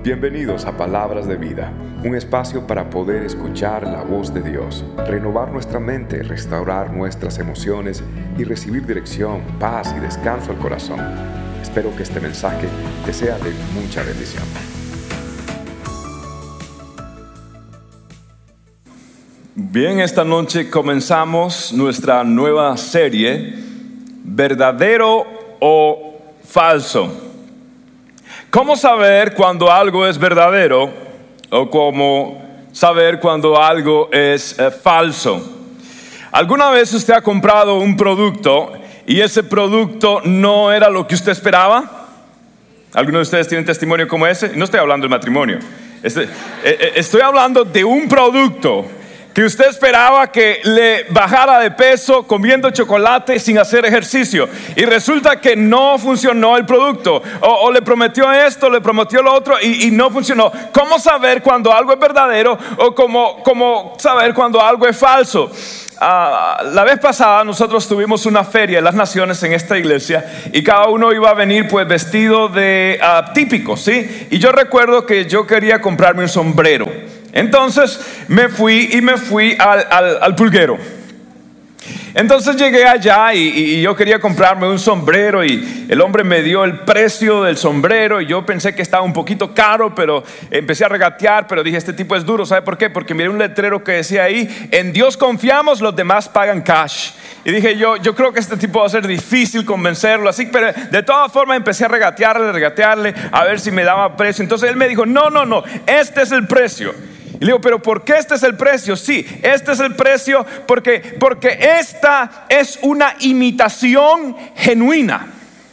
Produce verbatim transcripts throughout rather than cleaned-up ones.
Bienvenidos a Palabras de Vida, un espacio para poder escuchar la voz de Dios, renovar nuestra mente, restaurar nuestras emociones y recibir dirección, paz y descanso al corazón. Espero que este mensaje te sea de mucha bendición. Bien, esta noche comenzamos nuestra nueva serie, ¿verdadero o falso? ¿Cómo saber cuando algo es verdadero o cómo saber cuando algo es eh, falso? ¿Alguna vez usted ha comprado un producto y ese producto no era lo que usted esperaba? ¿Algunos de ustedes tienen testimonio como ese? No estoy hablando del matrimonio. Este, eh, estoy hablando de un producto que usted esperaba que le bajara de peso comiendo chocolate sin hacer ejercicio, y resulta que no funcionó el producto, o, o le prometió esto, le prometió lo otro y, y no funcionó. ¿Cómo saber cuando algo es verdadero o cómo, cómo saber cuando algo es falso? Uh, la vez pasada nosotros tuvimos una feria de las naciones en esta iglesia y cada uno iba a venir pues vestido de uh, típico, ¿sí? Y yo recuerdo que yo quería comprarme un sombrero. Entonces me fui y me fui al, al, al pulguero. Entonces llegué allá y, y yo quería comprarme un sombrero y el hombre me dio el precio del sombrero y yo pensé que estaba un poquito caro, pero empecé a regatear, pero dije, este tipo es duro. ¿Sabe por qué? Porque miré un letrero que decía ahí, en Dios confiamos, los demás pagan cash. Y dije yo, yo creo que este tipo va a ser difícil convencerlo, así, pero de todas formas empecé a regatearle, regatearle, a ver si me daba precio. Entonces él me dijo, no, no, no, este es el precio. Y le digo, ¿pero por qué este es el precio? Sí, este es el precio porque, porque esta es una imitación genuina.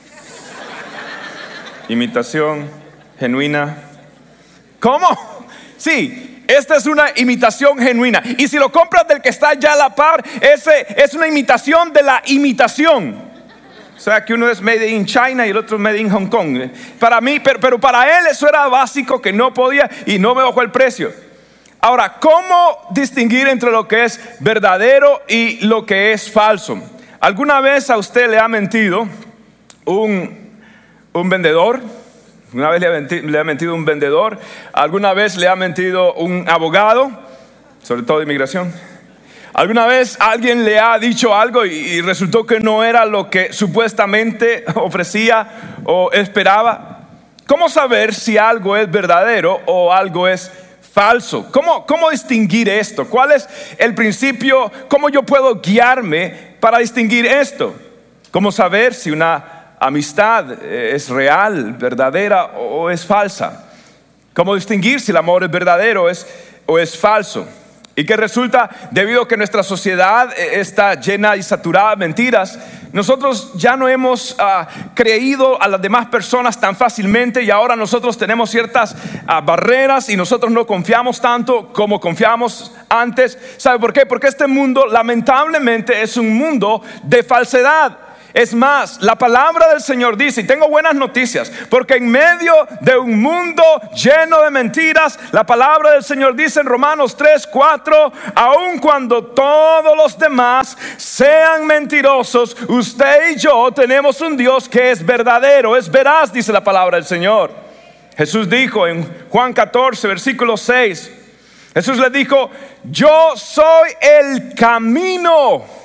Imitación genuina. ¿Cómo? Sí, esta es una imitación genuina. Y si lo compras del que está allá a la par, ese es una imitación de la imitación. O sea que uno es made in China y el otro es made in Hong Kong. Para mí, pero, pero para él eso era básico, que no podía y no me bajó el precio. Ahora, ¿cómo distinguir entre lo que es verdadero y lo que es falso? ¿Alguna vez a usted le ha mentido un, un vendedor? ¿Alguna vez le ha, mentido, le ha mentido un vendedor? ¿Alguna vez le ha mentido un abogado? Sobre todo de inmigración. ¿Alguna vez alguien le ha dicho algo y, y resultó que no era lo que supuestamente ofrecía o esperaba? ¿Cómo saber si algo es verdadero o algo es falso? Falso. ¿Cómo, ¿Cómo distinguir esto? ¿Cuál es el principio? ¿Cómo yo puedo guiarme para distinguir esto? ¿Cómo saber si una amistad es real, verdadera o es falsa? ¿Cómo distinguir si el amor es verdadero es, o es falso? Y que resulta, debido a que nuestra sociedad está llena y saturada de mentiras, nosotros ya no hemos uh, creído a las demás personas tan fácilmente y ahora nosotros tenemos ciertas uh, barreras y nosotros no confiamos tanto como confiamos antes. ¿Sabe por qué? Porque este mundo lamentablemente es un mundo de falsedad. Es más, la palabra del Señor dice, y tengo buenas noticias, porque en medio de un mundo lleno de mentiras, la palabra del Señor dice en Romanos tres, cuatro, aun cuando todos los demás sean mentirosos, usted y yo tenemos un Dios que es verdadero, es veraz, dice la palabra del Señor. Jesús dijo en Juan catorce, versículo seis, Jesús le dijo, yo soy el camino,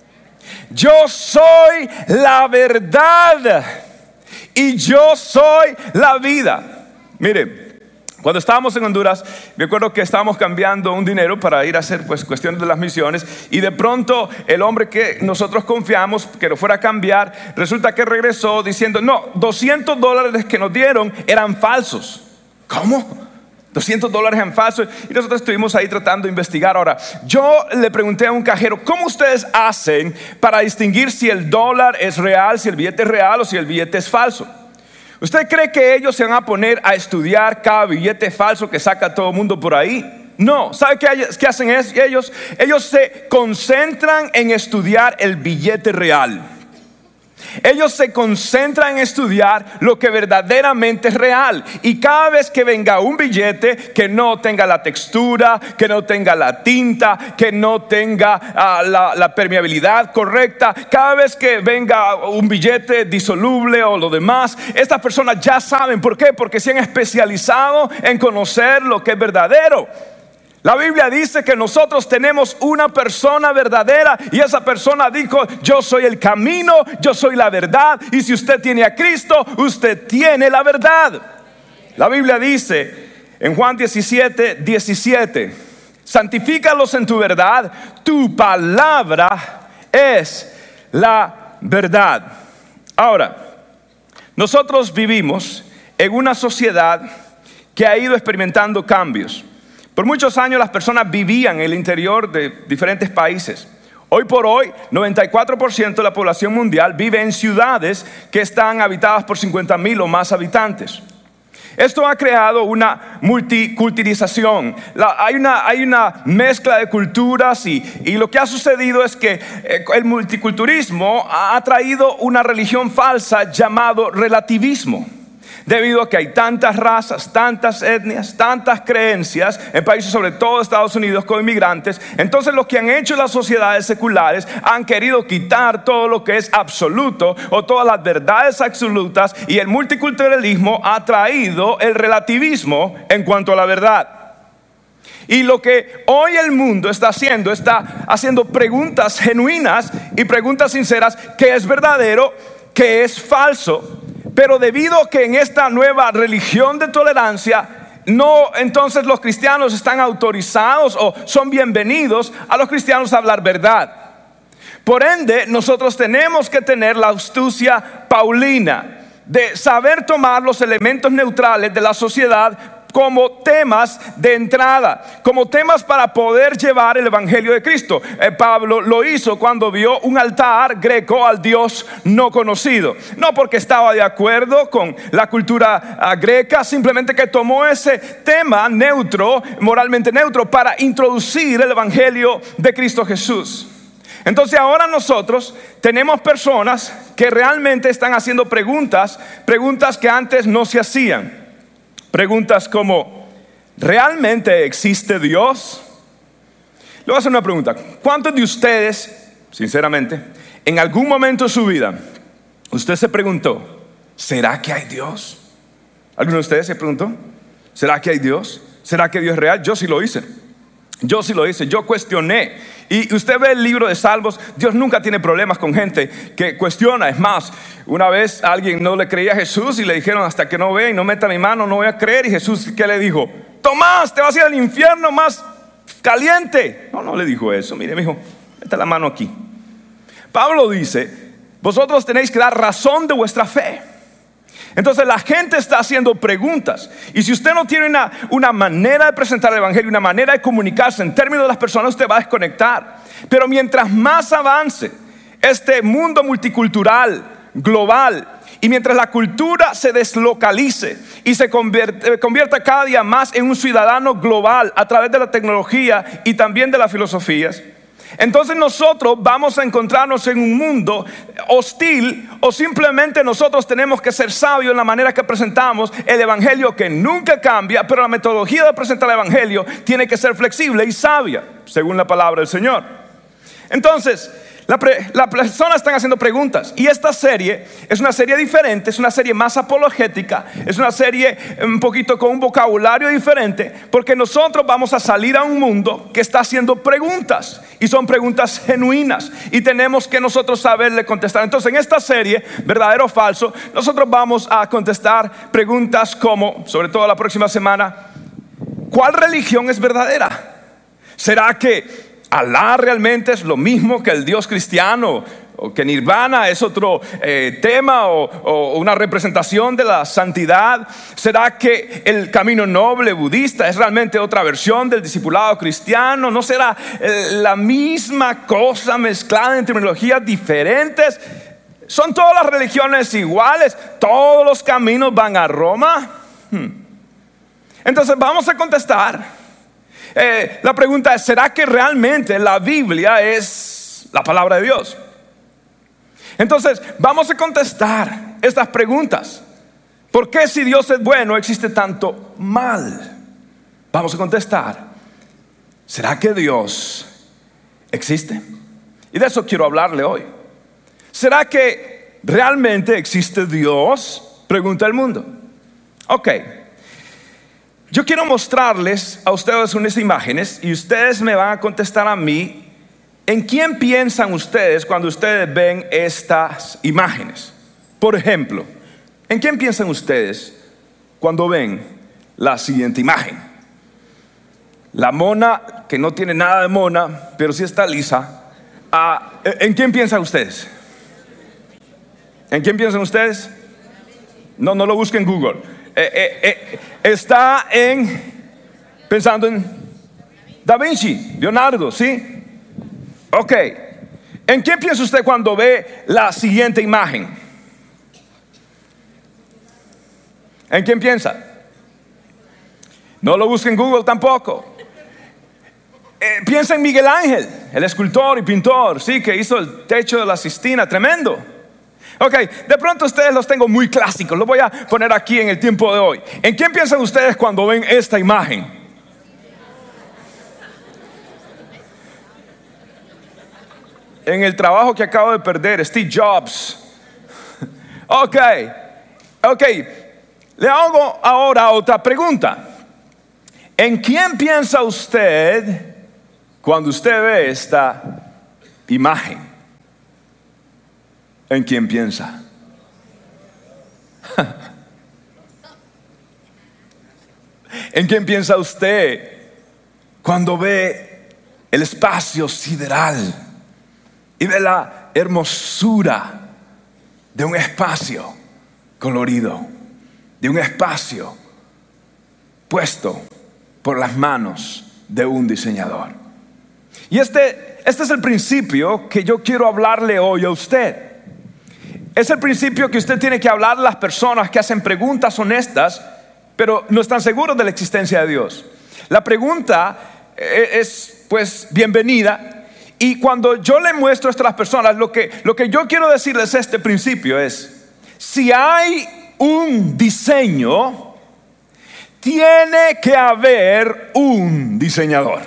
yo soy la verdad y yo soy la vida. Mire, cuando estábamos en Honduras, me acuerdo que estábamos cambiando un dinero para ir a hacer pues cuestiones de las misiones, y de pronto el hombre que nosotros confiamos que lo fuera a cambiar, resulta que regresó diciendo, no, doscientos dólares que nos dieron eran falsos. ¿Cómo? doscientos dólares en falso. Y nosotros estuvimos ahí tratando de investigar. Ahora, yo le pregunté a un cajero, ¿cómo ustedes hacen para distinguir si el dólar es real, si el billete es real o si el billete es falso? ¿Usted cree que ellos se van a poner a estudiar cada billete falso que saca todo el mundo por ahí? No. ¿Sabe qué, qué hacen ellos? Ellos se concentran en estudiar el billete real. Ellos se concentran en estudiar lo que verdaderamente es real. Y cada vez que venga un billete que no tenga la textura, que no tenga la tinta, que no tenga uh, la, la permeabilidad correcta, cada vez que venga un billete disoluble o lo demás, estas personas ya saben. ¿Por qué? Porque se han especializado en conocer lo que es verdadero. La Biblia dice que nosotros tenemos una persona verdadera, y esa persona dijo: yo soy el camino, yo soy la verdad, y si usted tiene a Cristo, usted tiene la verdad. La Biblia dice en Juan diecisiete, diecisiete: santifícalos en tu verdad, tu palabra es la verdad. Ahora, nosotros vivimos en una sociedad que ha ido experimentando cambios. Por muchos años las personas vivían en el interior de diferentes países. Hoy por hoy, noventa y cuatro por ciento de la población mundial vive en ciudades que están habitadas por cincuenta mil o más habitantes. Esto ha creado una multiculturalización. La, hay, una, hay una mezcla de culturas y, y lo que ha sucedido es que eh, el multiculturalismo ha traído una religión falsa llamado relativismo. Debido a que hay tantas razas, tantas etnias, tantas creencias en países, sobre todo Estados Unidos, con inmigrantes, entonces lo que han hecho las sociedades seculares han querido quitar todo lo que es absoluto o todas las verdades absolutas, y el multiculturalismo ha traído el relativismo en cuanto a la verdad. Y lo que hoy el mundo está haciendo, está haciendo preguntas genuinas y preguntas sinceras: ¿qué es verdadero? ¿Qué es falso? Pero debido a que en esta nueva religión de tolerancia, no, entonces los cristianos están autorizados o son bienvenidos a los cristianos a hablar verdad. Por ende, nosotros tenemos que tener la astucia paulina de saber tomar los elementos neutrales de la sociedad como temas de entrada, como temas para poder llevar el evangelio de Cristo. eh, Pablo lo hizo cuando vio un altar greco al Dios no conocido, no porque estaba de acuerdo con la cultura uh, greca, simplemente que tomó ese tema neutro, moralmente neutro, para introducir el evangelio de Cristo Jesús. Entonces ahora nosotros tenemos personas que realmente están haciendo preguntas, preguntas que antes no se hacían. Preguntas como: ¿realmente existe Dios? Le voy a hacer una pregunta. ¿Cuántos de ustedes, sinceramente, en algún momento de su vida, usted se preguntó: ¿será que hay Dios? ¿Alguno de ustedes se preguntó: ¿será que hay Dios? ¿Será que Dios es real? Yo sí lo hice. Yo sí lo hice, yo cuestioné. Y usted ve el libro de Salmos, Dios nunca tiene problemas con gente que cuestiona. Es más, una vez alguien no le creía a Jesús y le dijeron: hasta que no vea y no meta mi mano no voy a creer. Y Jesús, ¿qué le dijo? Tomás, te vas a ir al infierno más caliente. No, no le dijo eso. Mire, me dijo: meta la mano aquí. Pablo dice: vosotros tenéis que dar razón de vuestra fe. Entonces la gente está haciendo preguntas, y si usted no tiene una, una manera de presentar el evangelio, una manera de comunicarse en términos de las personas, usted va a desconectar. Pero mientras más avance este mundo multicultural, global, y mientras la cultura se deslocalice y se convierte, convierta cada día más en un ciudadano global a través de la tecnología y también de las filosofías, entonces nosotros vamos a encontrarnos en un mundo hostil, o simplemente nosotros tenemos que ser sabios en la manera que presentamos el evangelio, que nunca cambia, pero la metodología de presentar el evangelio tiene que ser flexible y sabia, según la palabra del Señor. Entonces, la pre, las personas están haciendo preguntas, y esta serie es una serie diferente, es una serie más apologética, es una serie un poquito con un vocabulario diferente, porque nosotros vamos a salir a un mundo que está haciendo preguntas, y son preguntas genuinas, y tenemos que nosotros saberle contestar. Entonces, en esta serie, verdadero o falso, nosotros vamos a contestar preguntas como, sobre todo la próxima semana: ¿cuál religión es verdadera? ¿Será que Alá realmente es lo mismo que el Dios cristiano, o que Nirvana es otro eh, tema, o, o una representación de la santidad? ¿Será que el camino noble budista es realmente otra versión del discipulado cristiano? ¿No será eh, la misma cosa mezclada en terminologías diferentes? ¿Son todas las religiones iguales? ¿Todos los caminos van a Roma? Hmm. Entonces vamos a contestar. Eh, la pregunta es: ¿será que realmente la Biblia es la palabra de Dios? Entonces, vamos a contestar estas preguntas. ¿Por qué si Dios es bueno existe tanto mal? Vamos a contestar. ¿Será que Dios existe? Y de eso quiero hablarle hoy. ¿Será que realmente existe Dios? Pregunta el mundo. Ok. Yo quiero mostrarles a ustedes unas imágenes y ustedes me van a contestar a mí. ¿En quién piensan ustedes cuando ustedes ven estas imágenes? Por ejemplo, ¿en quién piensan ustedes cuando ven la siguiente imagen? La mona, que no tiene nada de mona, pero sí está lisa. Ah, ¿en quién piensan ustedes? ¿En quién piensan ustedes? No, no lo busquen en Google. Eh, eh, eh, está en, pensando en Da Vinci, Leonardo, ¿sí? Ok, ¿en quién piensa usted cuando ve la siguiente imagen? ¿En quién piensa? No lo busque en Google tampoco. Eh, piensa en Miguel Ángel, el escultor y pintor, sí, que hizo el techo de la Sistina, tremendo. Ok, de pronto ustedes los tengo muy clásicos, los voy a poner aquí en el tiempo de hoy. ¿En quién piensan ustedes cuando ven esta imagen? En el trabajo que acabo de perder, Steve Jobs. Ok, ok. Le hago ahora otra pregunta. ¿En quién piensa usted cuando usted ve esta imagen? ¿En quién piensa? ¿En quién piensa usted cuando ve el espacio sideral? Y ve la hermosura de un espacio colorido, de un espacio puesto por las manos de un diseñador. Y este, este es el principio que yo quiero hablarle hoy a usted. Es el principio que usted tiene que hablar a las personas que hacen preguntas honestas, pero no están seguros de la existencia de Dios. La pregunta es, pues, bienvenida. Y cuando yo le muestro esto a las personas, lo que, lo que yo quiero decirles este principio es: si hay un diseño, tiene que haber un diseñador.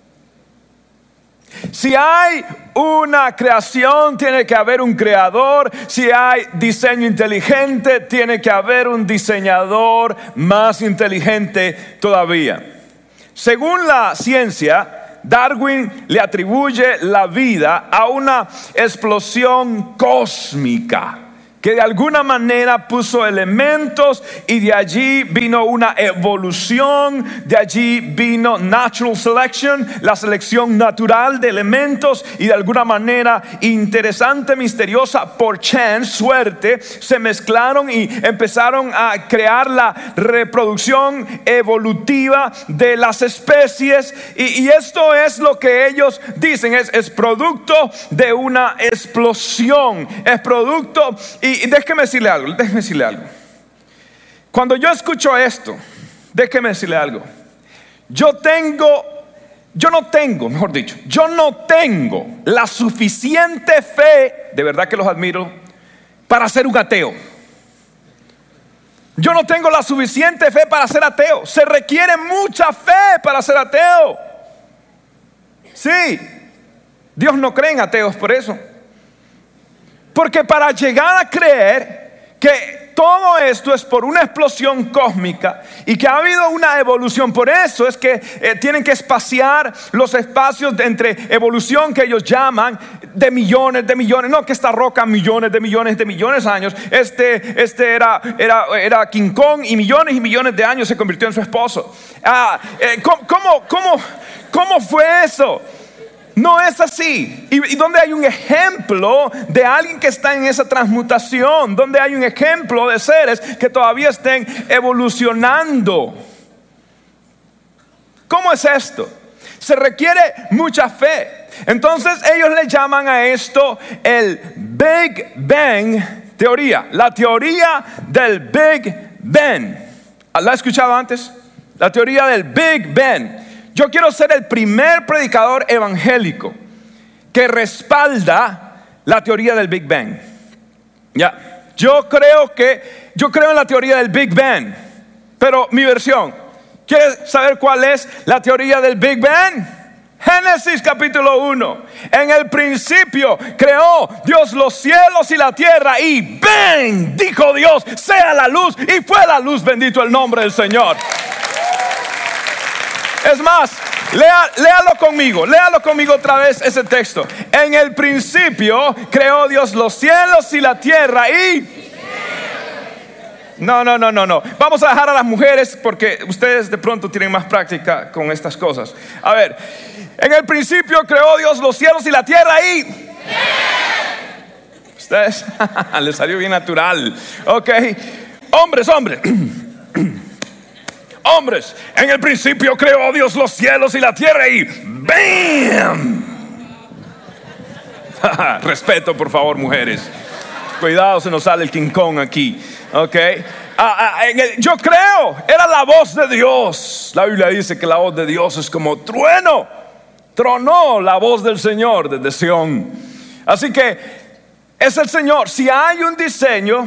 Si hay una creación, tiene que haber un creador. Si hay diseño inteligente, tiene que haber un diseñador más inteligente todavía. Según la ciencia, Darwin le atribuye la vida a una explosión cósmica que de alguna manera puso elementos, y de allí vino una evolución, de allí vino natural selection, la selección natural de elementos, y de alguna manera interesante, misteriosa, por chance, suerte, se mezclaron y empezaron a crear la reproducción evolutiva de las especies. Y, y esto es lo que ellos dicen, es, es producto de una explosión, es producto. Y Y déjeme decirle algo, déjeme decirle algo. Cuando yo escucho esto, déjeme decirle algo. Yo tengo, yo no tengo, mejor dicho, yo no tengo la suficiente fe, de verdad que los admiro, para ser un ateo. Yo no tengo la suficiente fe para ser ateo. Se requiere mucha fe para ser ateo. Sí, Dios no cree en ateos por eso. Porque para llegar a creer que todo esto es por una explosión cósmica y que ha habido una evolución, por eso es que eh, tienen que espaciar los espacios de entre evolución, que ellos llaman de millones de millones, no que esta roca millones de millones de millones de años, este, este era, era, era King Kong, y millones y millones de años se convirtió en su esposo. Ah, eh, ¿cómo, cómo, cómo, ¿Cómo fue eso? No es así. ¿Y, y dónde hay un ejemplo de alguien que está en esa transmutación? ¿Dónde hay un ejemplo de seres que todavía estén evolucionando? ¿Cómo es esto? Se requiere mucha fe. Entonces ellos le llaman a esto el Big Bang teoría, la teoría del Big Bang. ¿La has escuchado antes? La teoría del Big Bang. Yo quiero ser el primer predicador evangélico que respalda la teoría del Big Bang. Ya, yo creo que, yo creo en la teoría del Big Bang, pero mi versión, ¿quieres saber cuál es la teoría del Big Bang? Génesis capítulo uno. En el principio creó Dios los cielos y la tierra y ¡ven! Dijo Dios, sea la luz, y fue la luz, bendito el nombre del Señor. Es más, lea, léalo conmigo, léalo conmigo otra vez ese texto. En el principio creó Dios los cielos y la tierra y... No, no, no, no, no. Vamos a dejar a las mujeres porque ustedes de pronto tienen más práctica con estas cosas. A ver, en el principio creó Dios los cielos y la tierra y... Ustedes, les salió bien natural. Ok, hombres, hombres. Hombres, en el principio creó Dios los cielos y la tierra y ¡bam! Respeto, por favor, mujeres. Cuidado, se nos sale el King Kong aquí. Ok, ah, ah, en el, yo creo, era la voz de Dios. La Biblia dice que la voz de Dios es como trueno. Tronó la voz del Señor desde Sión. Así que es el Señor. Si hay un diseño,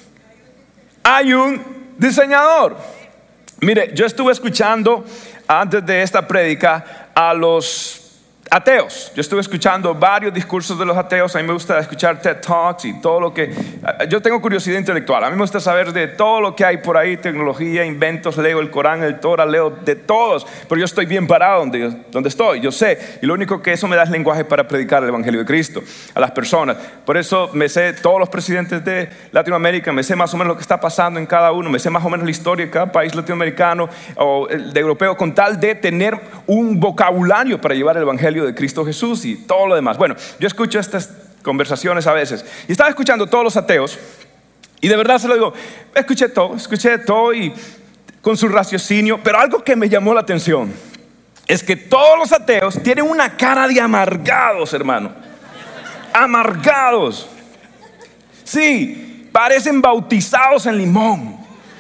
hay un diseñador. Mire, yo estuve escuchando antes de esta prédica a los ateos. Yo estuve escuchando varios discursos de los ateos. A mí me gusta escuchar TED Talks y todo lo que... Yo tengo curiosidad intelectual. A mí me gusta saber de todo lo que hay por ahí, tecnología, inventos. Leo el Corán, el Torah, leo de todos. Pero yo estoy bien parado donde, donde estoy, yo sé. Y lo único que eso me da es lenguaje para predicar el Evangelio de Cristo a las personas. Por eso me sé todos los presidentes de Latinoamérica. Me sé más o menos lo que está pasando en cada uno. Me sé más o menos la historia de cada país latinoamericano o de europeo, con tal de tener un vocabulario para llevar el Evangelio de Cristo Jesús y todo lo demás. Bueno, yo escucho estas conversaciones a veces y estaba escuchando todos los ateos y de verdad se lo digo, escuché todo, escuché todo y con su raciocinio, pero algo que me llamó la atención es que todos los ateos tienen una cara de amargados, hermano. Amargados. Sí, parecen bautizados en limón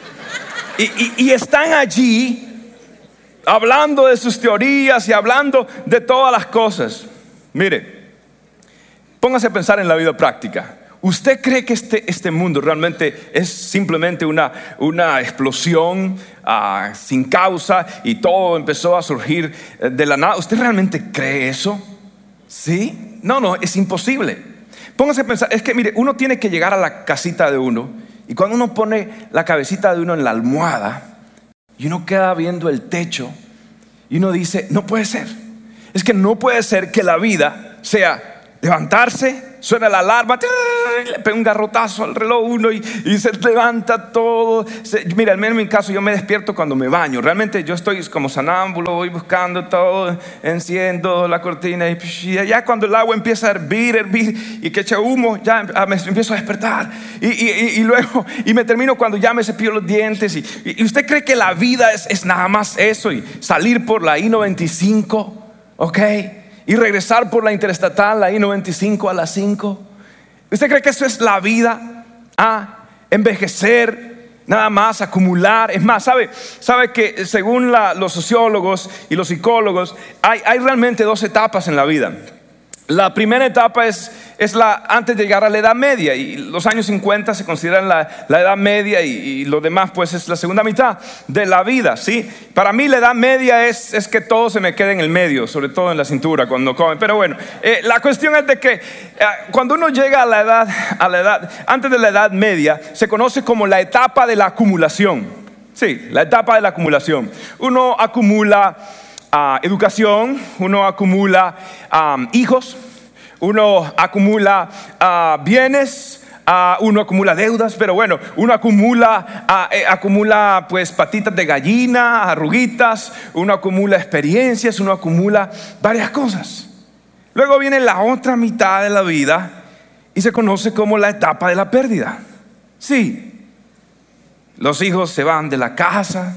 y, y, y están allí hablando de sus teorías y hablando de todas las cosas. Mire, póngase a pensar en la vida práctica. ¿Usted cree que este, este mundo realmente es simplemente una, una explosión uh, sin causa y todo empezó a surgir de la nada? ¿Usted realmente cree eso? ¿Sí? No, no, es imposible. Póngase a pensar, es que mire, uno tiene que llegar a la casita de uno y cuando uno pone la cabecita de uno en la almohada y uno queda viendo el techo y uno dice, no puede ser. Es que no puede ser que la vida sea levantarse, suena la alarma, le pega un garrotazo al reloj uno y, y se levanta todo. Se, mira, al menos en mi caso yo me despierto cuando me baño. Realmente yo estoy como sonámbulo, voy buscando todo, enciendo la cortina y, y ya cuando el agua empieza a hervir, hervir y que echa humo, ya me empiezo a despertar y, y, y, y luego y me termino cuando ya me cepillo los dientes y, y usted cree que la vida es, es nada más eso y salir por la I noventa y cinco, ok, y regresar por la interestatal, la I noventa y cinco a las cinco. ¿Usted cree que eso es la vida? Ah, envejecer, nada más, acumular. Es más, ¿sabe, sabe que según la, los sociólogos y los psicólogos, hay, hay realmente dos etapas en la vida? La primera etapa es, es la antes de llegar a la edad media, y los años cincuenta se consideran la, la edad media y, y lo demás pues es la segunda mitad de la vida, ¿sí? Para mí la edad media es, es que todo se me quede en el medio, sobre todo en la cintura cuando comen. Pero bueno, eh, la cuestión es de que eh, cuando uno llega a la edad, a la edad, antes de la edad media, se conoce como la etapa de la acumulación. Sí, la etapa de la acumulación. Uno acumula Uh, educación, uno acumula um, hijos, uno acumula uh, bienes, uh, uno acumula deudas, pero bueno, uno acumula, uh, eh, acumula pues patitas de gallina, arruguitas, uno acumula experiencias, uno acumula varias cosas. Luego viene la otra mitad de la vida y se conoce como la etapa de la pérdida. Sí, los hijos se van de la casa,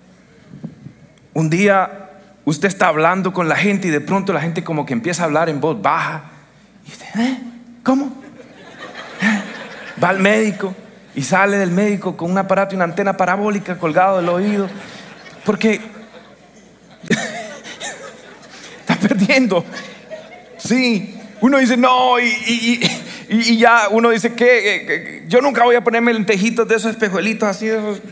un día usted está hablando con la gente y de pronto la gente como que empieza a hablar en voz baja. Y usted, ¿eh? ¿Cómo? ¿Eh? Va al médico y sale del médico con un aparato y una antena parabólica colgado del oído. Porque está perdiendo. Sí, uno dice no y, y, y, y, y ya uno dice que yo nunca voy a ponerme lentejitos de esos espejuelitos así, de esos.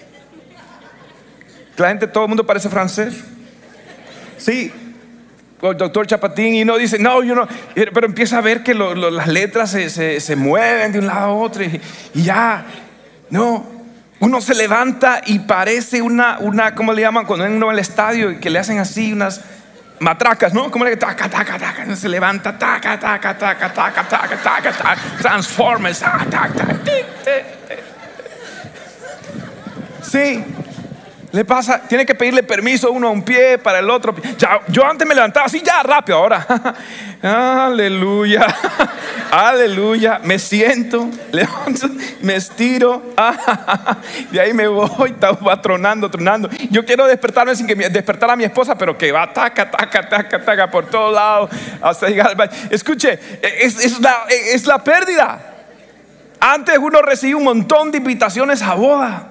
La gente, todo el mundo parece francés. Sí, el doctor Chapatín, y uno dice, no, yo no, pero empieza a ver que lo, lo, las letras se, se, se mueven de un lado a otro y, y ya, no, uno se levanta y parece una, una, ¿cómo le llaman cuando uno va al estadio y que le hacen así unas matracas, ¿no? ¿Cómo le taca, taca, taca? Se levanta, taca, taca, taca, taca, taca, taca, taca, Transformers, taca, taca. Sí. Le pasa, tiene que pedirle permiso uno a un pie para el otro. Ya, yo antes me levantaba así, ya rápido, ahora. Aleluya, aleluya. Me siento, levanto, me estiro. De ahí me voy, estaba tronando, tronando. Yo quiero despertarme sin que me, despertar a mi esposa, pero que va taca, taca, taca, taca por todos lados hasta llegar al baño. Escuche, es, es, la, es la pérdida. Antes uno recibía un montón de invitaciones a boda.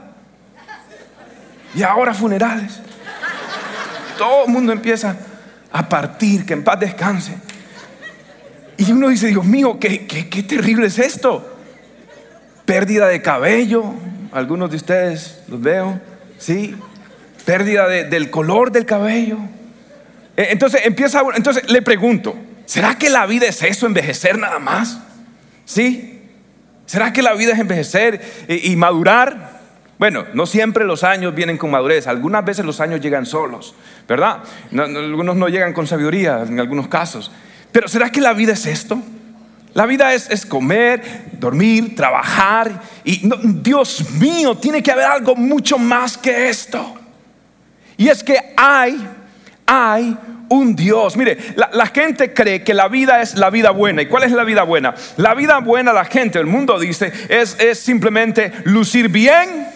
Y ahora funerales. Todo el mundo empieza a partir, que en paz descanse. Y uno dice, Dios mío, qué, qué, qué terrible es esto. Pérdida de cabello. Algunos de ustedes los veo, sí. Pérdida de, del color del cabello. Entonces empieza, entonces le pregunto, ¿será que la vida es eso, envejecer nada más? ¿Sí? ¿Será que la vida es envejecer y, y madurar? Bueno, no siempre los años vienen con madurez. Algunas veces los años llegan solos, ¿verdad? No, no, algunos no llegan con sabiduría en algunos casos. Pero ¿será que la vida es esto? La vida es, es comer, dormir, trabajar. Y no, Dios mío, tiene que haber algo mucho más que esto. Y es que hay, hay un Dios. Mire, la, la gente cree que la vida es la vida buena. ¿Y cuál es la vida buena? La vida buena, la gente, el mundo dice, es, es simplemente lucir bien,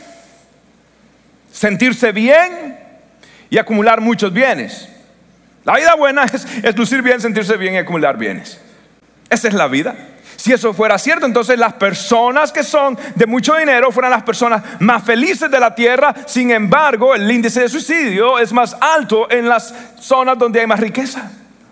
sentirse bien y acumular muchos bienes. La vida buena es, es lucir bien, sentirse bien y acumular bienes. Esa es la vida. Si eso fuera cierto, entonces las personas que son de mucho dinero fueran las personas más felices de la tierra. Sin embargo, el índice de suicidio es más alto en las zonas donde hay más riqueza.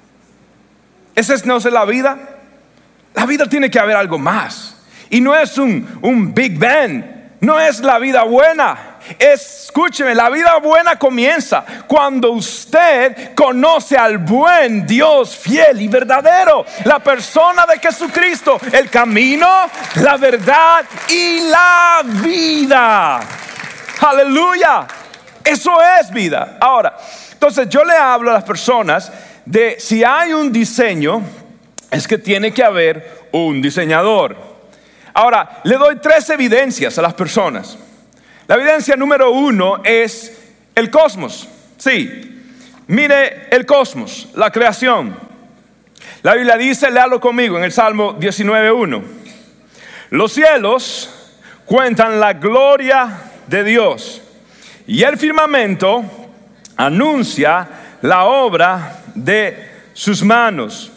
Esa es, no es la vida. La vida tiene que haber algo más. Y no es un, un Big Bang. No es la vida buena. Escúcheme, la vida buena comienza cuando usted conoce al buen Dios fiel y verdadero, la persona de Jesucristo, el camino, la verdad y la vida. Aleluya, eso es vida. Ahora, entonces yo le hablo a las personas de si hay un diseño, es que tiene que haber un diseñador. Ahora, le doy tres evidencias a las personas. La evidencia número uno es el cosmos. Sí, mire el cosmos, la creación. La Biblia dice, léalo conmigo en el Salmo diecinueve uno. Los cielos cuentan la gloria de Dios y el firmamento anuncia la obra de sus manos.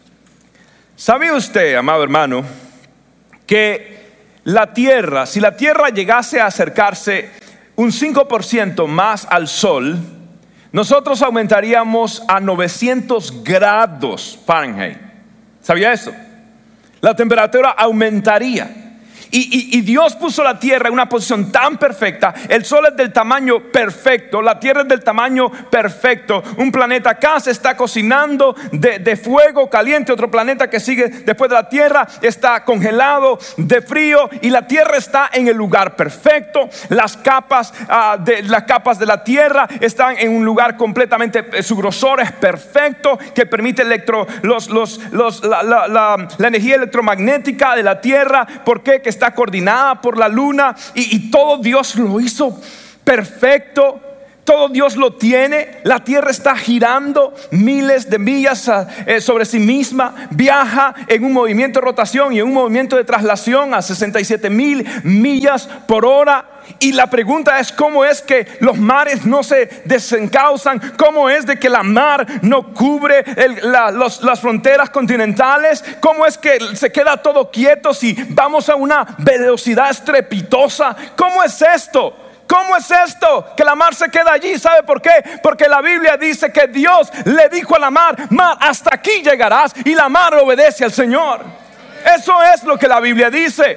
¿Sabía usted, amado hermano, que la tierra, si la tierra llegase a acercarse un cinco por ciento más al sol, nosotros aumentaríamos a novecientos grados Fahrenheit? ¿Sabía eso? La temperatura aumentaría. Y, y, y Dios puso la tierra en una posición tan perfecta. El sol es del tamaño perfecto, la tierra es del tamaño perfecto. Un planeta acá se está cocinando de, de fuego caliente. Otro planeta que sigue después de la tierra está congelado de frío. Y la tierra está en el lugar perfecto. Las capas, uh, de, las capas de la tierra están en un lugar completamente, su grosor es perfecto, que permite electro, los, los, los, la, la, la, la energía electromagnética de la tierra. ¿Por qué? Que está Está coordinada por la luna y, y todo Dios lo hizo perfecto. Todo Dios lo tiene. La tierra está girando miles de millas eh, sobre sí misma. Viaja en un movimiento de rotación y en un movimiento de traslación a sesenta y siete mil millas por hora. Y la pregunta es, ¿cómo es que los mares no se desencausan? ¿Cómo es de que la mar no cubre el, la, los, las fronteras continentales? ¿Cómo es que se queda todo quieto si vamos a una velocidad estrepitosa? ¿Cómo es esto? ¿Cómo es esto? Que la mar se queda allí. ¿Sabe por qué? Porque la Biblia dice que Dios le dijo a la mar: mar, hasta aquí llegarás. Y la mar obedece al Señor. Eso es lo que la Biblia dice.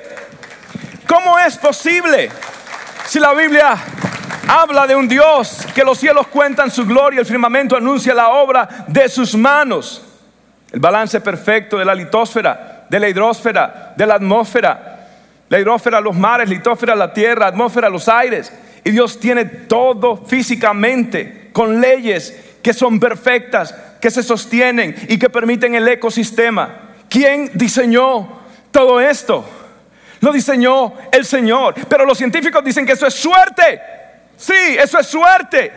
¿Cómo es posible? Si la Biblia habla de un Dios que los cielos cuentan su gloria, el firmamento anuncia la obra de sus manos. El balance perfecto de la litosfera, de la hidrosfera, de la atmósfera. La hidrosfera, los mares, litosfera, la tierra, atmósfera, los aires. Y Dios tiene todo físicamente, con leyes que son perfectas, que se sostienen y que permiten el ecosistema. ¿Quién diseñó todo esto? Lo diseñó el Señor. Pero los científicos dicen que eso es suerte. Sí, eso es suerte.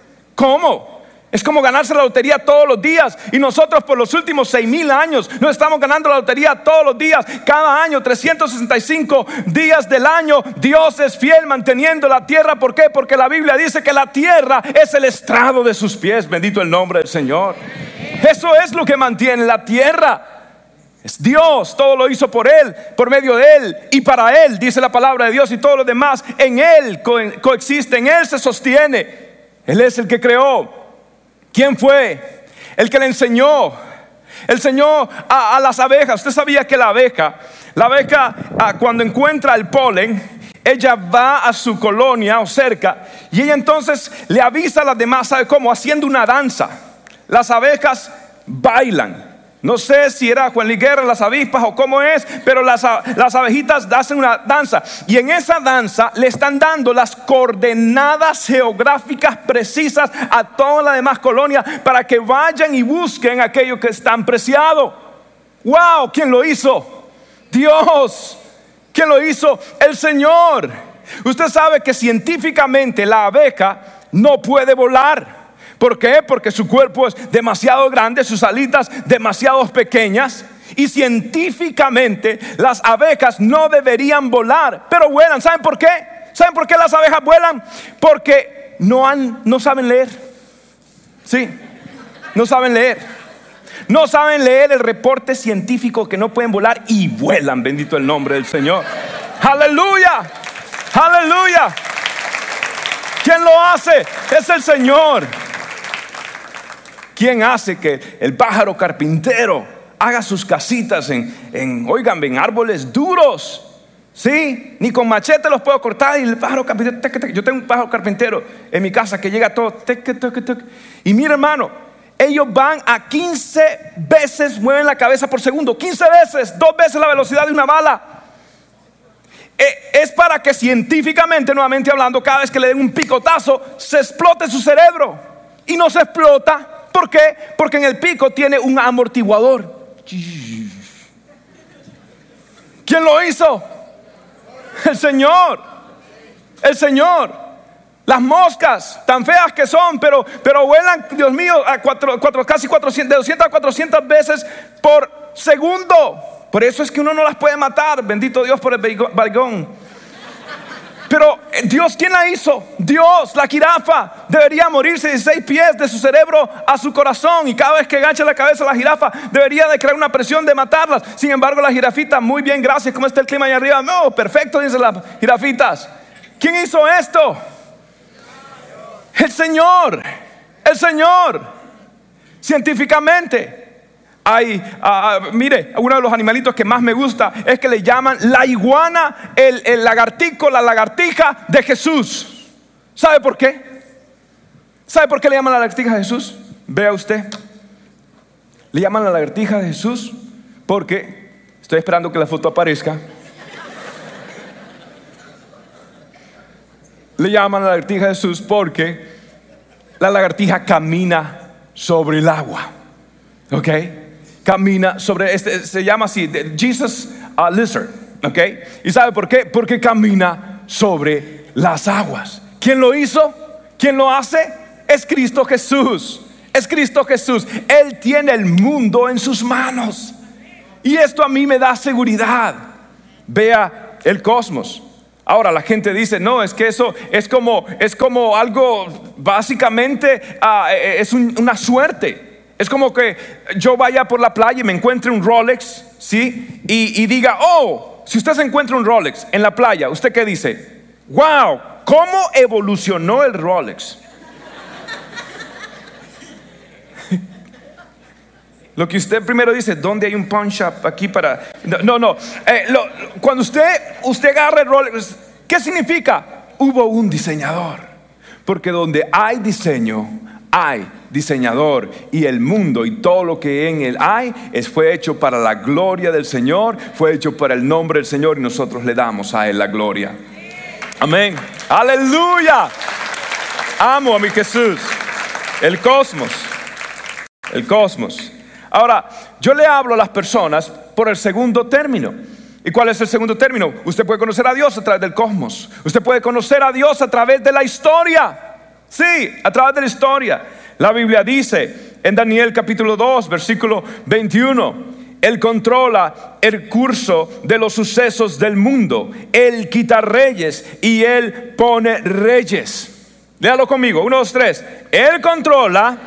¿Cómo? Es como ganarse la lotería todos los días. Y nosotros por los últimos seis mil años nos estamos ganando la lotería todos los días. Cada año, trescientos sesenta y cinco días del año, Dios es fiel manteniendo la tierra. ¿Por qué? Porque la Biblia dice que la tierra es el estrado de sus pies. Bendito el nombre del Señor. Eso es lo que mantiene la tierra. Es Dios, todo lo hizo por Él, por medio de Él y para Él, dice la palabra de Dios. Y todo lo demás en Él co- coexiste, en Él se sostiene. Él es el que creó. ¿Quién fue? El que le enseñó. Él enseñó a, a las abejas. Usted sabía que la abeja, la abeja a, cuando encuentra el polen, ella va a su colonia o cerca, y ella entonces le avisa a las demás. ¿Sabe cómo? Haciendo una danza. Las abejas bailan. No sé si era Juan Liguerra, las avispas o cómo es, pero las, las abejitas hacen una danza. Y en esa danza le están dando las coordenadas geográficas precisas a toda la demás colonia para que vayan y busquen aquello que es tan preciado. ¡Wow! ¿Quién lo hizo? Dios. ¿Quién lo hizo? El Señor. Usted sabe que científicamente la abeja no puede volar. ¿Por qué? Porque su cuerpo es demasiado grande, sus alitas demasiado pequeñas. Y científicamente las abejas no deberían volar, pero vuelan. ¿Saben por qué? ¿Saben por qué las abejas vuelan? Porque no, han, no saben leer. Sí, no saben leer. No saben leer el reporte científico que no pueden volar y vuelan. Bendito el nombre del Señor. Aleluya, aleluya. ¿Quién lo hace? Es el Señor. ¿Quién hace que el pájaro carpintero haga sus casitas en, en oigan, en árboles duros? Sí, ni con machete los puedo cortar. Y el pájaro carpintero, tec, tec, yo tengo un pájaro carpintero en mi casa que llega todo tec, tec, tec. Y mira, hermano, ellos van a quince veces, mueven la cabeza por segundo, quince veces, dos veces la velocidad de una bala. Es para que científicamente, nuevamente hablando, cada vez que le den un picotazo se explote su cerebro. Y no se explota. ¿Por qué? Porque en el pico tiene un amortiguador. ¿Quién lo hizo? El Señor. El Señor. Las moscas, tan feas que son, pero, pero vuelan, Dios mío, a cuatro, cuatro, casi cuatrocientas, de doscientas a cuatrocientas veces por segundo. Por eso es que uno no las puede matar. Bendito Dios por el balgón. Pero Dios, ¿quién la hizo? Dios. La jirafa debería morirse dieciséis pies de su cerebro a su corazón, y cada vez que agacha la cabeza la jirafa debería de crear una presión de matarlas. Sin embargo, las jirafitas, muy bien, gracias. ¿Cómo está el clima allá arriba? No, perfecto, dicen las jirafitas. ¿Quién hizo esto? El Señor. El Señor. Científicamente hay, uh, mire, uno de los animalitos que más me gusta es que le llaman la iguana, el, el lagartico, la lagartija de Jesús. ¿Sabe por qué? ¿Sabe por qué le llaman la lagartija de Jesús? Vea usted. Le llaman la lagartija de Jesús porque, estoy esperando que la foto aparezca. Le llaman la lagartija de Jesús porque la lagartija camina sobre el agua. ¿Ok? Camina sobre, este, se llama así, Jesus uh, Lizard. ¿Ok? ¿Y sabe por qué? Porque camina sobre las aguas. ¿Quién lo hizo? ¿Quién lo hace? Es Cristo Jesús. Es Cristo Jesús. Él tiene el mundo en sus manos. Y esto a mí me da seguridad. Vea el cosmos. Ahora la gente dice, no, es que eso es como, es como algo, básicamente uh, es un, una suerte. Es como que yo vaya por la playa y me encuentre un Rolex, ¿sí? Y, y diga, oh, si usted se encuentra un Rolex en la playa, ¿usted qué dice? Wow, ¿cómo evolucionó el Rolex? Lo que usted primero dice, ¿dónde hay un pawn shop aquí para...? No, no, no. Eh, lo, cuando usted, usted agarra el Rolex, ¿qué significa? Hubo un diseñador. Porque donde hay diseño, hay diseñador. Y el mundo y todo lo que en él hay es, fue hecho para la gloria del Señor, fue hecho para el nombre del Señor, y nosotros le damos a él la gloria. Amén. Aleluya. Amo a mi Jesús. El cosmos. El cosmos. Ahora, yo le hablo a las personas por el segundo término. ¿Y cuál es el segundo término? Usted puede conocer a Dios a través del cosmos. Usted puede conocer a Dios a través de la historia. Sí, a través de la historia. La Biblia dice en Daniel capítulo dos, versículo veintiuno: Él controla el curso de los sucesos del mundo. Él quita reyes y Él pone reyes. Léalo conmigo, uno, dos, tres. Él controla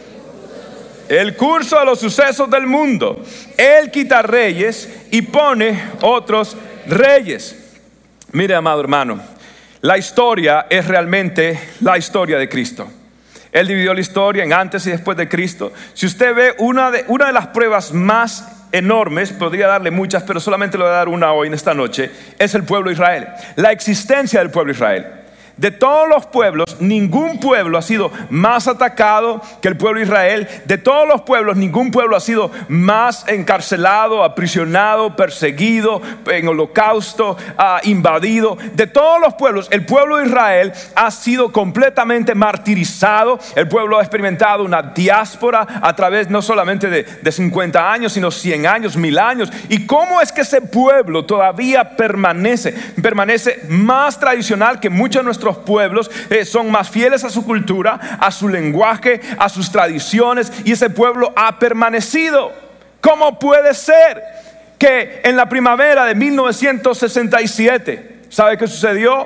el curso de los sucesos del mundo. Él quita reyes y pone otros reyes. Mire, amado hermano, la historia es realmente la historia de Cristo. Él dividió la historia en antes y después de Cristo. Si usted ve una de, una de las pruebas más enormes, podría darle muchas, pero solamente le voy a dar una hoy en esta noche, es el pueblo de Israel. La existencia del pueblo de Israel. De todos los pueblos, ningún pueblo ha sido más atacado que el pueblo de Israel. De todos los pueblos, ningún pueblo ha sido más encarcelado, aprisionado, perseguido, en holocausto, uh, invadido. De todos los pueblos, el pueblo de Israel ha sido completamente martirizado. El pueblo ha experimentado una diáspora a través no solamente de, de cincuenta años, sino cien años, mil años. ¿Y cómo es que ese pueblo todavía permanece? Permanece más tradicional que muchos de nuestros pueblos, eh, son más fieles a su cultura, a su lenguaje, a sus tradiciones, y ese pueblo ha permanecido. ¿Cómo puede ser que en la primavera de mil novecientos sesenta y siete, ¿sabe qué sucedió?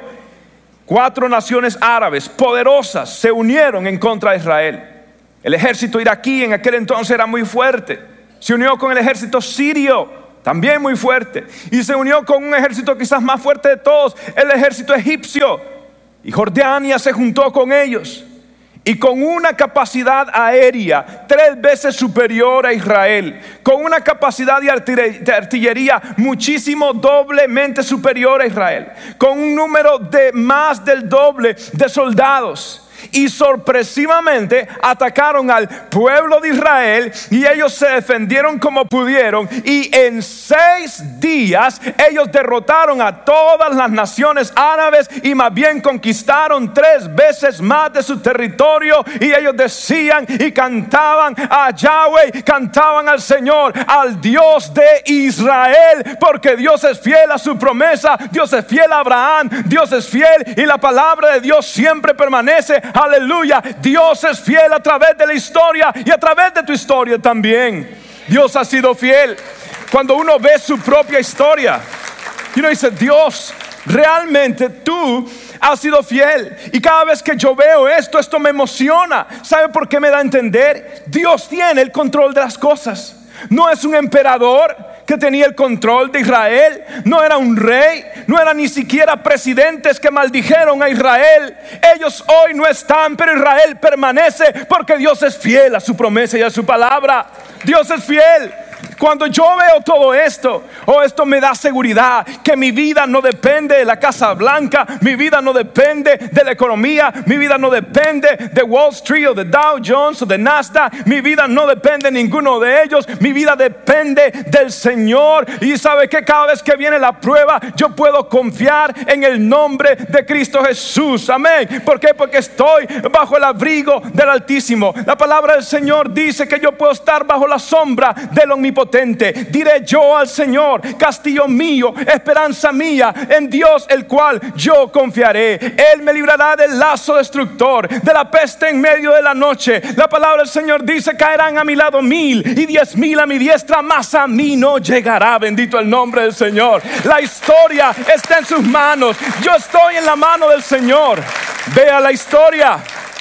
Cuatro naciones árabes poderosas se unieron en contra de Israel. El ejército iraquí en aquel entonces era muy fuerte, se unió con el ejército sirio, también muy fuerte, y se unió con un ejército quizás más fuerte de todos, el ejército egipcio. Y Jordania se juntó con ellos, y con una capacidad aérea tres veces superior a Israel, con una capacidad de artillería muchísimo doblemente superior a Israel, con un número de más del doble de soldados. Y sorpresivamente atacaron al pueblo de Israel, y ellos se defendieron como pudieron, y en seis días ellos derrotaron a todas las naciones árabes, y más bien conquistaron tres veces más de su territorio. Y ellos decían y cantaban a Yahweh, cantaban al Señor, al Dios de Israel, porque Dios es fiel a su promesa, Dios es fiel a Abraham, Dios es fiel, y la palabra de Dios siempre permanece. Aleluya, Dios es fiel a través de la historia, y a través de tu historia también. Dios ha sido fiel. Cuando uno ve su propia historia, y uno dice, Dios, realmente tú has sido fiel. Y cada vez que yo veo esto, esto me emociona. ¿Sabe por qué me da a entender? Dios tiene el control de las cosas. No es un emperador que tenía el control de Israel, no era un rey, no era ni siquiera presidentes que maldijeron a Israel. Ellos hoy no están, pero Israel permanece, porque Dios es fiel a su promesa y a su palabra. Dios es fiel. Cuando yo veo todo esto, oh, esto me da seguridad que mi vida no depende de la Casa Blanca, mi vida no depende de la economía, mi vida no depende de Wall Street o de Dow Jones o de Nasdaq, mi vida no depende de ninguno de ellos, mi vida depende del Señor. Y sabe que cada vez que viene la prueba, yo puedo confiar en el nombre de Cristo Jesús. Amén. ¿Por qué? Porque estoy bajo el abrigo del Altísimo. La palabra del Señor dice que yo puedo estar bajo la sombra del Omnipotente. Diré yo al Señor, castillo mío, esperanza mía, en Dios el cual yo confiaré. Él me librará del lazo destructor, de la peste en medio de la noche. La palabra del Señor dice, caerán a mi lado mil y diez mil a mi diestra, mas a mí no llegará. Bendito el nombre del Señor. La historia está en sus manos. Yo estoy en la mano del Señor. Vea la historia.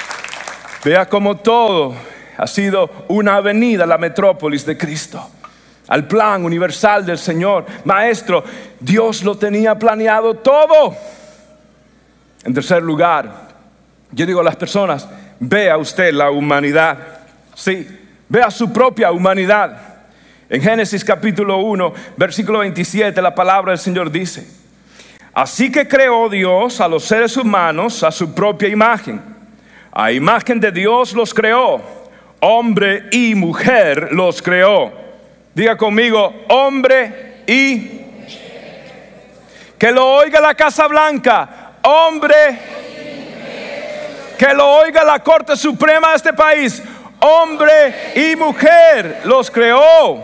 Vea cómo todo ha sido una avenida, la metrópolis de Cristo, al plan universal del Señor. Maestro, Dios lo tenía planeado todo. En tercer lugar, yo digo a las personas, vea usted la humanidad. Sí, ve a su propia humanidad. En Génesis capítulo uno, versículo veintisiete, la palabra del Señor dice: así que creó Dios a los seres humanos a su propia imagen. A imagen de Dios los creó, hombre y mujer los creó. Diga conmigo, hombre y... Que lo oiga la Casa Blanca, hombre. Que lo oiga la Corte Suprema de este país, hombre y mujer los creó.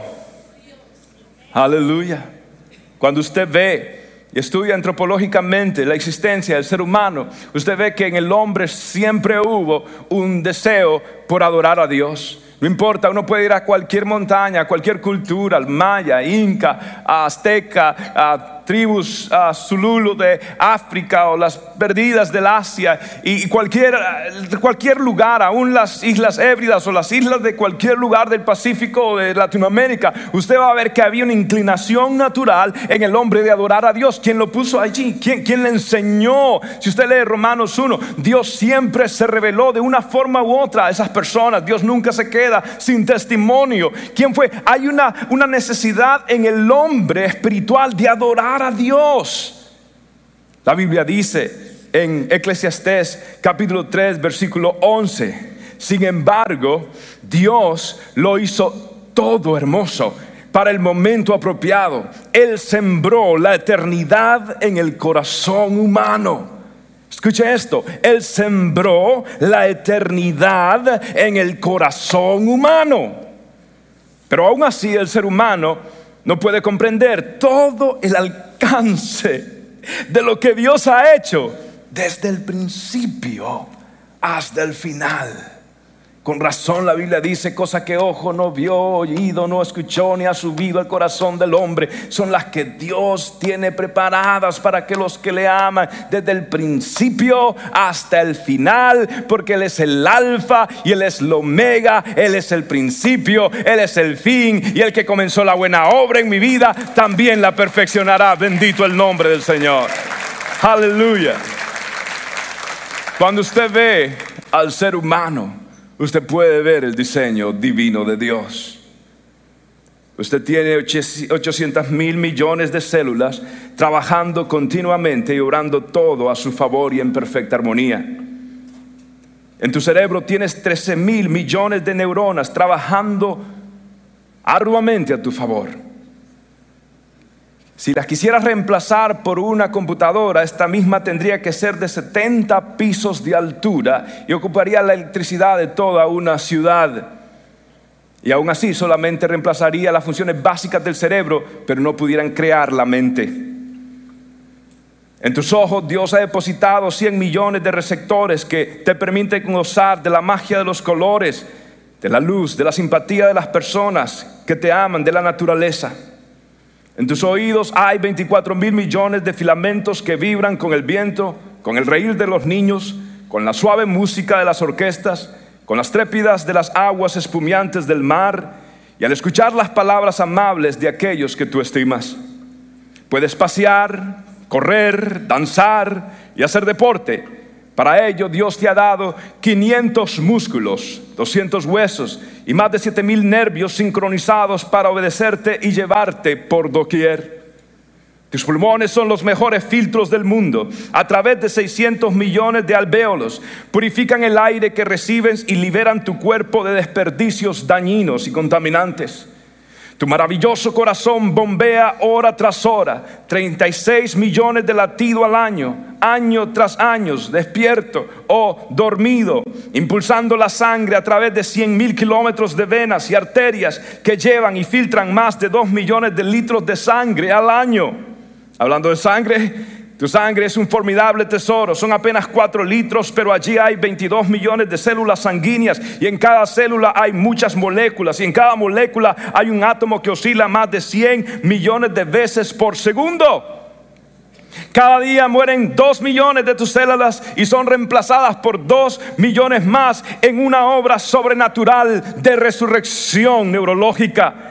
Aleluya. Cuando usted ve y estudia antropológicamente la existencia del ser humano, usted ve que en el hombre siempre hubo un deseo por adorar a Dios. No importa, uno puede ir a cualquier montaña, a cualquier cultura, al maya, inca, azteca, a tribus a Zululu de África o las perdidas del Asia y cualquier, cualquier lugar, aún las Islas Hébridas o las islas de cualquier lugar del Pacífico o de Latinoamérica, usted va a ver que había una inclinación natural en el hombre de adorar a Dios. ¿Quién lo puso allí? ¿Quién, quién le enseñó? Si usted lee Romanos uno, Dios siempre se reveló de una forma u otra a esas personas. Dios nunca se queda sin testimonio. ¿Quién fue? Hay una, una necesidad en el hombre espiritual de adorar a Dios. La Biblia dice en Eclesiastés capítulo tres versículo once: sin embargo, Dios lo hizo todo hermoso para el momento apropiado. Él sembró la eternidad en el corazón humano. Escuche esto: Él sembró la eternidad en el corazón humano. Pero aún así el ser humano no puede comprender todo el alcance de lo que Dios ha hecho desde el principio hasta el final. Con razón la Biblia dice: cosa que ojo no vio, oído no escuchó, ni ha subido al corazón del hombre, son las que Dios tiene preparadas para que los que le aman, desde el principio hasta el final, porque Él es el alfa y Él es el omega. Él es el principio, Él es el fin, y el que comenzó la buena obra en mi vida también la perfeccionará. Bendito el nombre del Señor. Aleluya. Cuando usted ve al ser humano, usted puede ver el diseño divino de Dios. Usted tiene ochocientos mil millones de células trabajando continuamente y obrando todo a su favor y en perfecta armonía. En tu cerebro tienes trece mil millones de neuronas trabajando arduamente a tu favor. Si las quisieras reemplazar por una computadora, esta misma tendría que ser de setenta pisos de altura y ocuparía la electricidad de toda una ciudad. Y aún así solamente reemplazaría las funciones básicas del cerebro, pero no pudieran crear la mente. En tus ojos Dios ha depositado cien millones de receptores que te permiten gozar de la magia de los colores, de la luz, de la simpatía de las personas que te aman, de la naturaleza. En tus oídos hay veinticuatro mil millones de filamentos que vibran con el viento, con el reír de los niños, con la suave música de las orquestas, con las trépidas de las aguas espumeantes del mar, y al escuchar las palabras amables de aquellos que tú estimas. Puedes pasear, correr, danzar y hacer deporte. Para ello Dios te ha dado quinientos músculos, doscientos huesos y más de siete mil nervios sincronizados para obedecerte y llevarte por doquier. Tus pulmones son los mejores filtros del mundo. A través de seiscientos millones de alvéolos purifican el aire que recibes y liberan tu cuerpo de desperdicios dañinos y contaminantes. Tu maravilloso corazón bombea hora tras hora, treinta y seis millones de latidos al año, año tras año, despierto o dormido, impulsando la sangre a través de cien mil kilómetros de venas y arterias que llevan y filtran más de dos millones de litros de sangre al año. Hablando de sangre, tu sangre es un formidable tesoro. Son apenas cuatro litros, pero allí hay veintidós millones de células sanguíneas, y en cada célula hay muchas moléculas, y en cada molécula hay un átomo que oscila más de cien millones de veces por segundo. Cada día mueren dos millones de tus células y son reemplazadas por dos millones más en una obra sobrenatural de resurrección neurológica.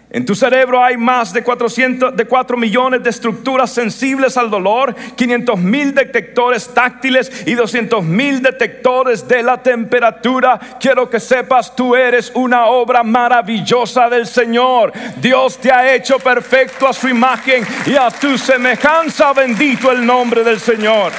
En tu cerebro hay más de cuatrocientos, de cuatro millones de estructuras sensibles al dolor, quinientos mil detectores táctiles y doscientos mil detectores de la temperatura. Quiero que sepas, tú eres una obra maravillosa del Señor. Dios te ha hecho perfecto a su imagen y a tu semejanza. Bendito el nombre del Señor.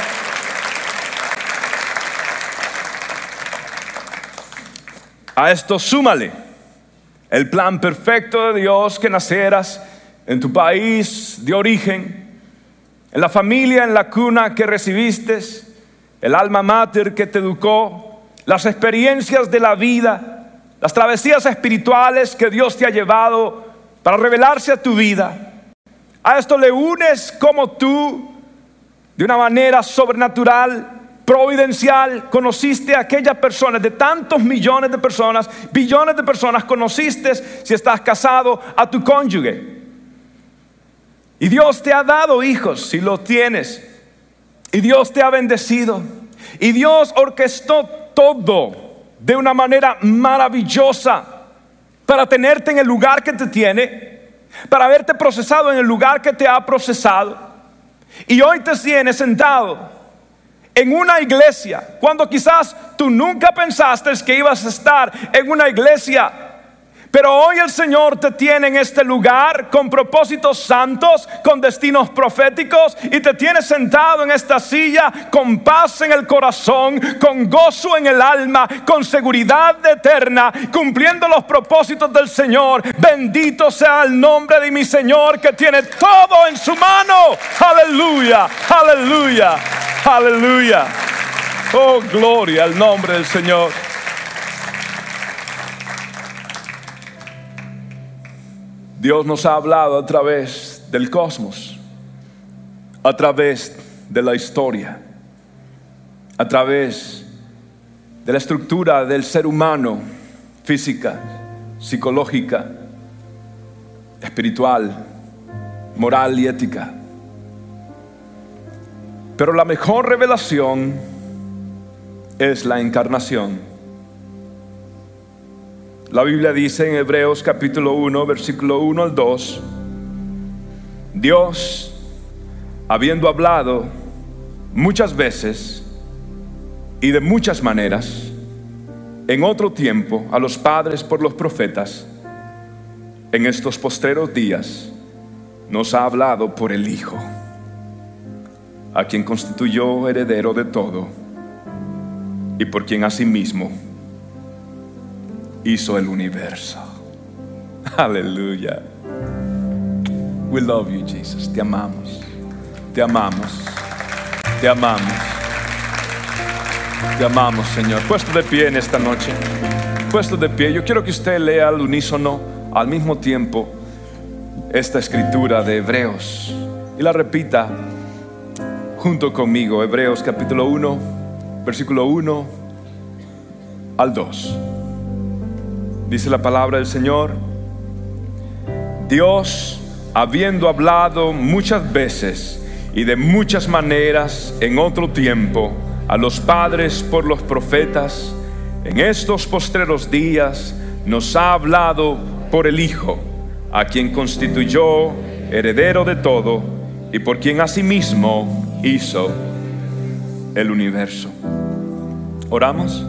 A esto súmale el plan perfecto de Dios, que nacieras en tu país de origen, en la familia, en la cuna que recibiste, el alma mater que te educó, las experiencias de la vida, las travesías espirituales que Dios te ha llevado para revelarse a tu vida. A esto le unes como tú, de una manera sobrenatural, providencial, conociste a aquella persona, de tantos millones de personas, billones de personas, conociste, si estás casado, a tu cónyuge. Y Dios te ha dado hijos, si los tienes. Y Dios te ha bendecido. Y Dios orquestó todo de una manera maravillosa para tenerte en el lugar que te tiene, para haberte procesado en el lugar que te ha procesado. Y hoy te tienes sentado en una iglesia, cuando quizás tú nunca pensaste que ibas a estar en una iglesia. Pero hoy el Señor te tiene en este lugar con propósitos santos, con destinos proféticos, y te tiene sentado en esta silla con paz en el corazón, con gozo en el alma, con seguridad eterna, cumpliendo los propósitos del Señor. Bendito sea el nombre de mi Señor, que tiene todo en su mano. Aleluya, aleluya, aleluya. Oh, gloria al nombre del Señor. Dios nos ha hablado a través del cosmos, a través de la historia, a través de la estructura del ser humano, física, psicológica, espiritual, moral y ética. Pero la mejor revelación es la encarnación. La Biblia dice en Hebreos capítulo uno, versículo uno al dos: Dios, habiendo hablado muchas veces y de muchas maneras en otro tiempo a los padres por los profetas, en estos postreros días nos ha hablado por el Hijo, a quien constituyó heredero de todo y por quien asimismo hizo el universo. Aleluya. We love you, Jesus. Te amamos, te amamos, te amamos, te amamos, Señor. Puesto de pie en esta noche, puesto de pie, yo quiero que usted lea al unísono, al mismo tiempo, esta escritura de Hebreos y la repita junto conmigo. Hebreos capítulo uno, versículo uno al dos. Dice la palabra del Señor: Dios, habiendo hablado muchas veces y de muchas maneras en otro tiempo a los padres por los profetas, en estos postreros días nos ha hablado por el Hijo, a quien constituyó heredero de todo y por quien asimismo hizo el universo. ¿Oramos?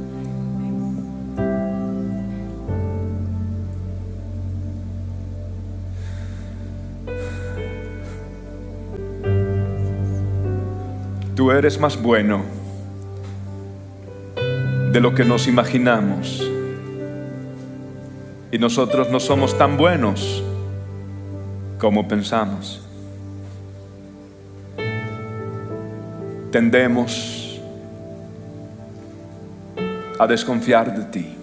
Tú eres más bueno de lo que nos imaginamos, y nosotros no somos tan buenos como pensamos. Tendemos a desconfiar de ti.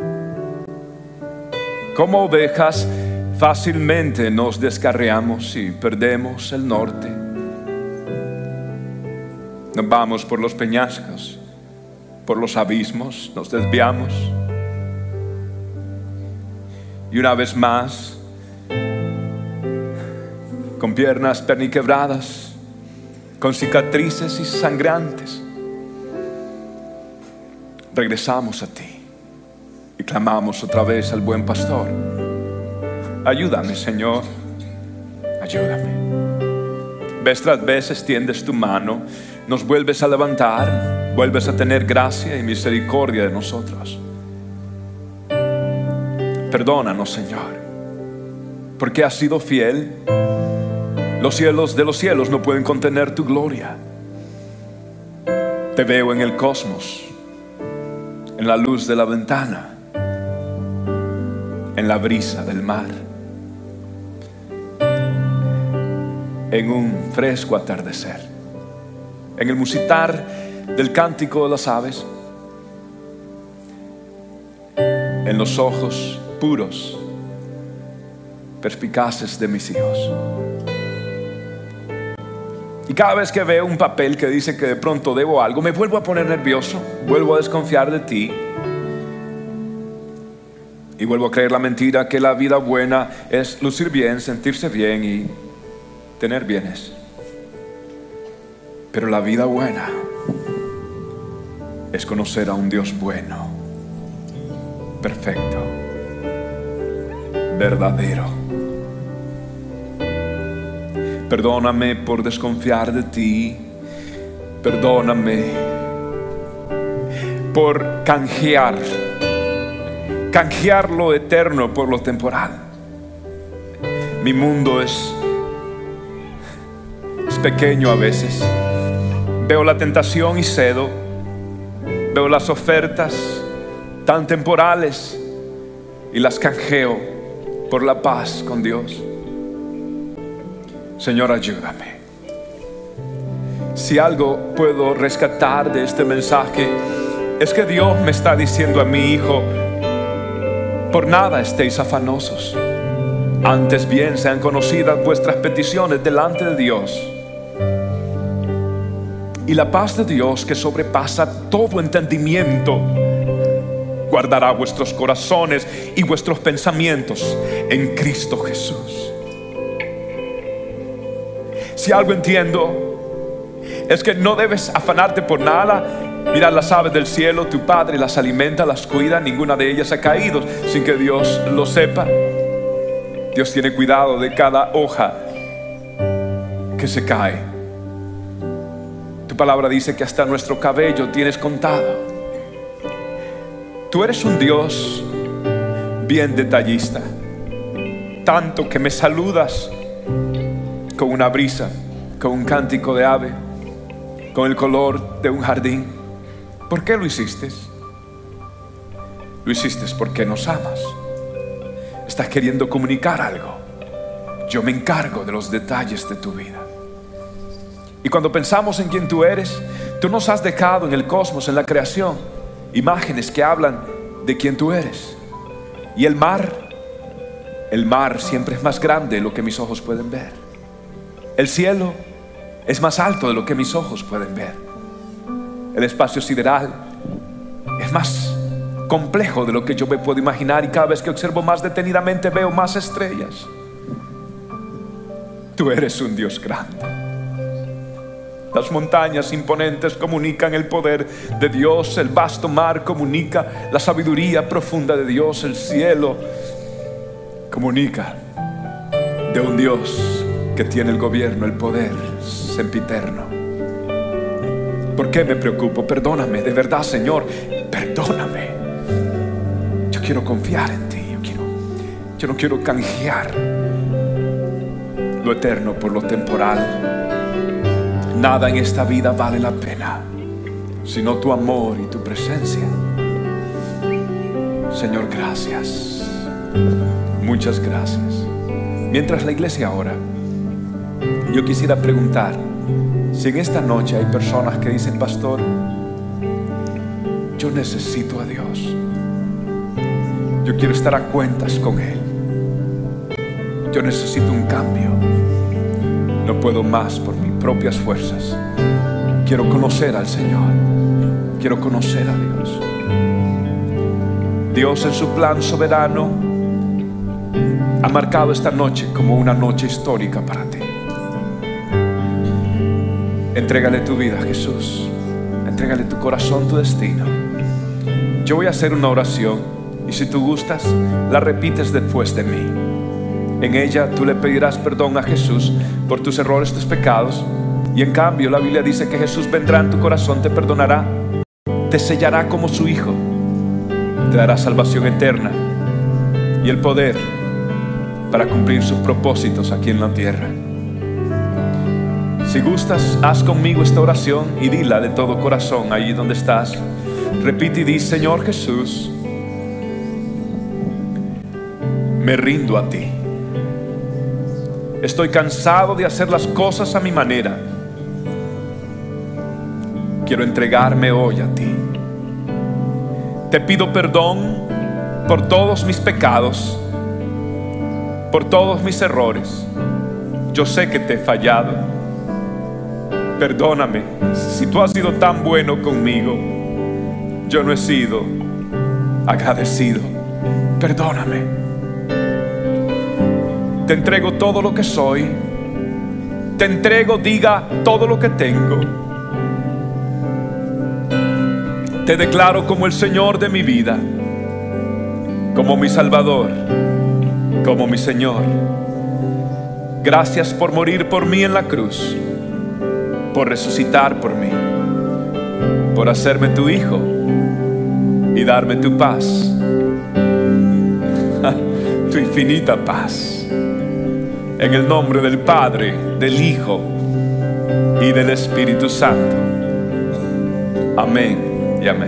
Como ovejas, fácilmente nos descarriamos y perdemos el norte. Nos vamos por los peñascos, por los abismos, nos desviamos. Y una vez más, con piernas perniquebradas, con cicatrices y sangrantes, regresamos a ti y clamamos otra vez al buen pastor. Ayúdame, Señor. Ayúdame. Vez tras vez extiendes tu mano, nos vuelves a levantar, vuelves a tener gracia y misericordia de nosotros. Perdónanos, Señor, porque has sido fiel. Los cielos de los cielos no pueden contener tu gloria. Te veo en el cosmos, en la luz de la ventana, en la brisa del mar, en un fresco atardecer, en el musitar del cántico de las aves, en los ojos puros, perspicaces de mis hijos. Y cada vez que veo un papel que dice que de pronto debo algo, me vuelvo a poner nervioso, vuelvo a desconfiar de ti y vuelvo a creer la mentira que la vida buena es lucir bien, sentirse bien y tener bienes. Pero la vida buena es conocer a un Dios bueno, perfecto, verdadero. Perdóname por desconfiar de ti. Perdóname por canjear Canjear lo eterno por lo temporal. Mi mundo es Es pequeño a veces. Veo la tentación y cedo. Veo las ofertas tan temporales y las canjeo por la paz con Dios. Señor, ayúdame. Si algo puedo rescatar de este mensaje, es que Dios me está diciendo a mi hijo: por nada estéis afanosos, antes bien sean conocidas vuestras peticiones delante de Dios, y la paz de Dios, que sobrepasa todo entendimiento, guardará vuestros corazones y vuestros pensamientos en Cristo Jesús. Si algo entiendo, es que no debes afanarte por nada. Mira las aves del cielo, tu Padre las alimenta, las cuida, ninguna de ellas ha caído sin que Dios lo sepa. Dios tiene cuidado de cada hoja que se cae. Tu palabra dice que hasta nuestro cabello tienes contado. Tú eres un Dios bien detallista, tanto que me saludas con una brisa, con un cántico de ave, con el color de un jardín. ¿Por qué lo hiciste? Lo hiciste porque nos amas. Estás queriendo comunicar algo. Yo me encargo de los detalles de tu vida. Y cuando pensamos en quién tú eres, tú nos has dejado en el cosmos, en la creación, imágenes que hablan de quién tú eres. Y el mar, el mar siempre es más grande de lo que mis ojos pueden ver. El cielo es más alto de lo que mis ojos pueden ver. El espacio sideral es más complejo de lo que yo me puedo imaginar, y cada vez que observo más detenidamente veo más estrellas. Tú eres un Dios grande. Las montañas imponentes comunican el poder de Dios. El vasto mar comunica la sabiduría profunda de Dios. El cielo comunica de un Dios que tiene el gobierno, el poder sempiterno. ¿Por qué me preocupo? Perdóname, de verdad, Señor, perdóname. Yo quiero confiar en ti. Yo quiero, yo no quiero canjear lo eterno por lo temporal. Nada en esta vida vale la pena sino tu amor y tu presencia. Señor, gracias. Muchas gracias. Mientras la iglesia ora, yo quisiera preguntar si en esta noche hay personas que dicen: pastor, yo necesito a Dios. Yo quiero estar a cuentas con Él. Yo necesito un cambio. No puedo más por mis propias fuerzas. Quiero conocer al Señor. Quiero conocer a Dios. Dios, en su plan soberano, ha marcado esta noche como una noche histórica para ti. Entrégale tu vida a Jesús. Entrégale tu corazón, tu destino. Yo voy a hacer una oración, y si tú gustas, la repites después de mí. En ella tú le pedirás perdón a Jesús por tus errores, tus pecados. Y en cambio la Biblia dice que Jesús vendrá en tu corazón, te perdonará, te sellará como su hijo, te dará salvación eterna y el poder para cumplir sus propósitos aquí en la tierra. Si gustas, haz conmigo esta oración y dila de todo corazón allí donde estás. Repite y di: Señor Jesús, me rindo a ti. Estoy cansado de hacer las cosas a mi manera. Quiero entregarme hoy a ti. Te pido perdón por todos mis pecados, por todos mis errores. Yo sé que te he fallado. Perdóname si tú has sido tan bueno conmigo. Yo no he sido agradecido. Perdóname. Te entrego todo lo que soy. Te entrego, diga, todo lo que tengo. Te declaro como el Señor de mi vida, como mi Salvador, como mi Señor. Gracias por morir por mí en la cruz, por resucitar por mí, por hacerme tu hijo y darme tu paz, tu infinita paz. En el nombre del Padre, del Hijo y del Espíritu Santo. Amén. Amén.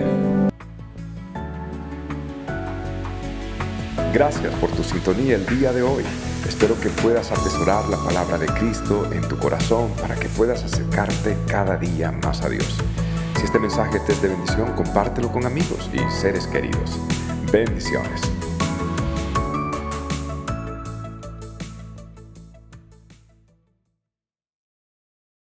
Gracias por tu sintonía el día de hoy. Espero que puedas atesorar la palabra de Cristo en tu corazón para que puedas acercarte cada día más a Dios. Si este mensaje te es de bendición, compártelo con amigos y seres queridos. Bendiciones.